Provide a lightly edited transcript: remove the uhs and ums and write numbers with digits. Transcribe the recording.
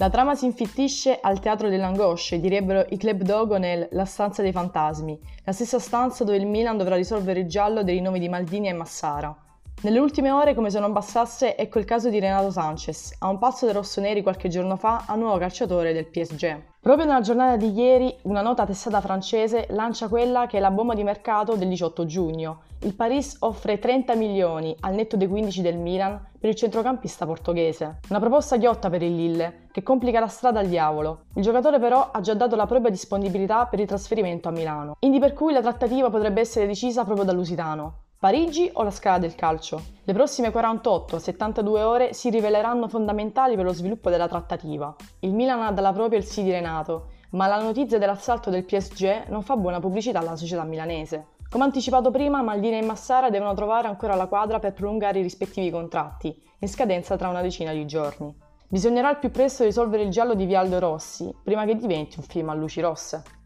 La trama si infittisce al teatro delle angosce, direbbero i Club Dogo nel La stanza dei fantasmi, la stessa stanza dove il Milan dovrà risolvere il giallo dei nomi di Maldini e Massara. Nelle ultime ore, come se non bastasse, ecco il caso di Renato Sanchez, a un passo dai rossoneri qualche giorno fa a nuovo calciatore del PSG. Proprio nella giornata di ieri, una nota testata francese lancia quella che è la bomba di mercato del 18 giugno. Il Paris offre 30 milioni, al netto dei 15 del Milan, per il centrocampista portoghese. Una proposta ghiotta per il Lille, che complica la strada al diavolo. Il giocatore però ha già dato la propria disponibilità per il trasferimento a Milano, indi per cui la trattativa potrebbe essere decisa proprio da Lusitano. Parigi o la Scala del Calcio? Le prossime 48-72 ore si riveleranno fondamentali per lo sviluppo della trattativa. Il Milan ha dalla propria il sì di Renato, ma la notizia dell'assalto del PSG non fa buona pubblicità alla società milanese. Come anticipato prima, Maldini e Massara devono trovare ancora la quadra per prolungare i rispettivi contratti, in scadenza tra una decina di giorni. Bisognerà al più presto risolvere il giallo di Vialdo Rossi, prima che diventi un film a luci rosse.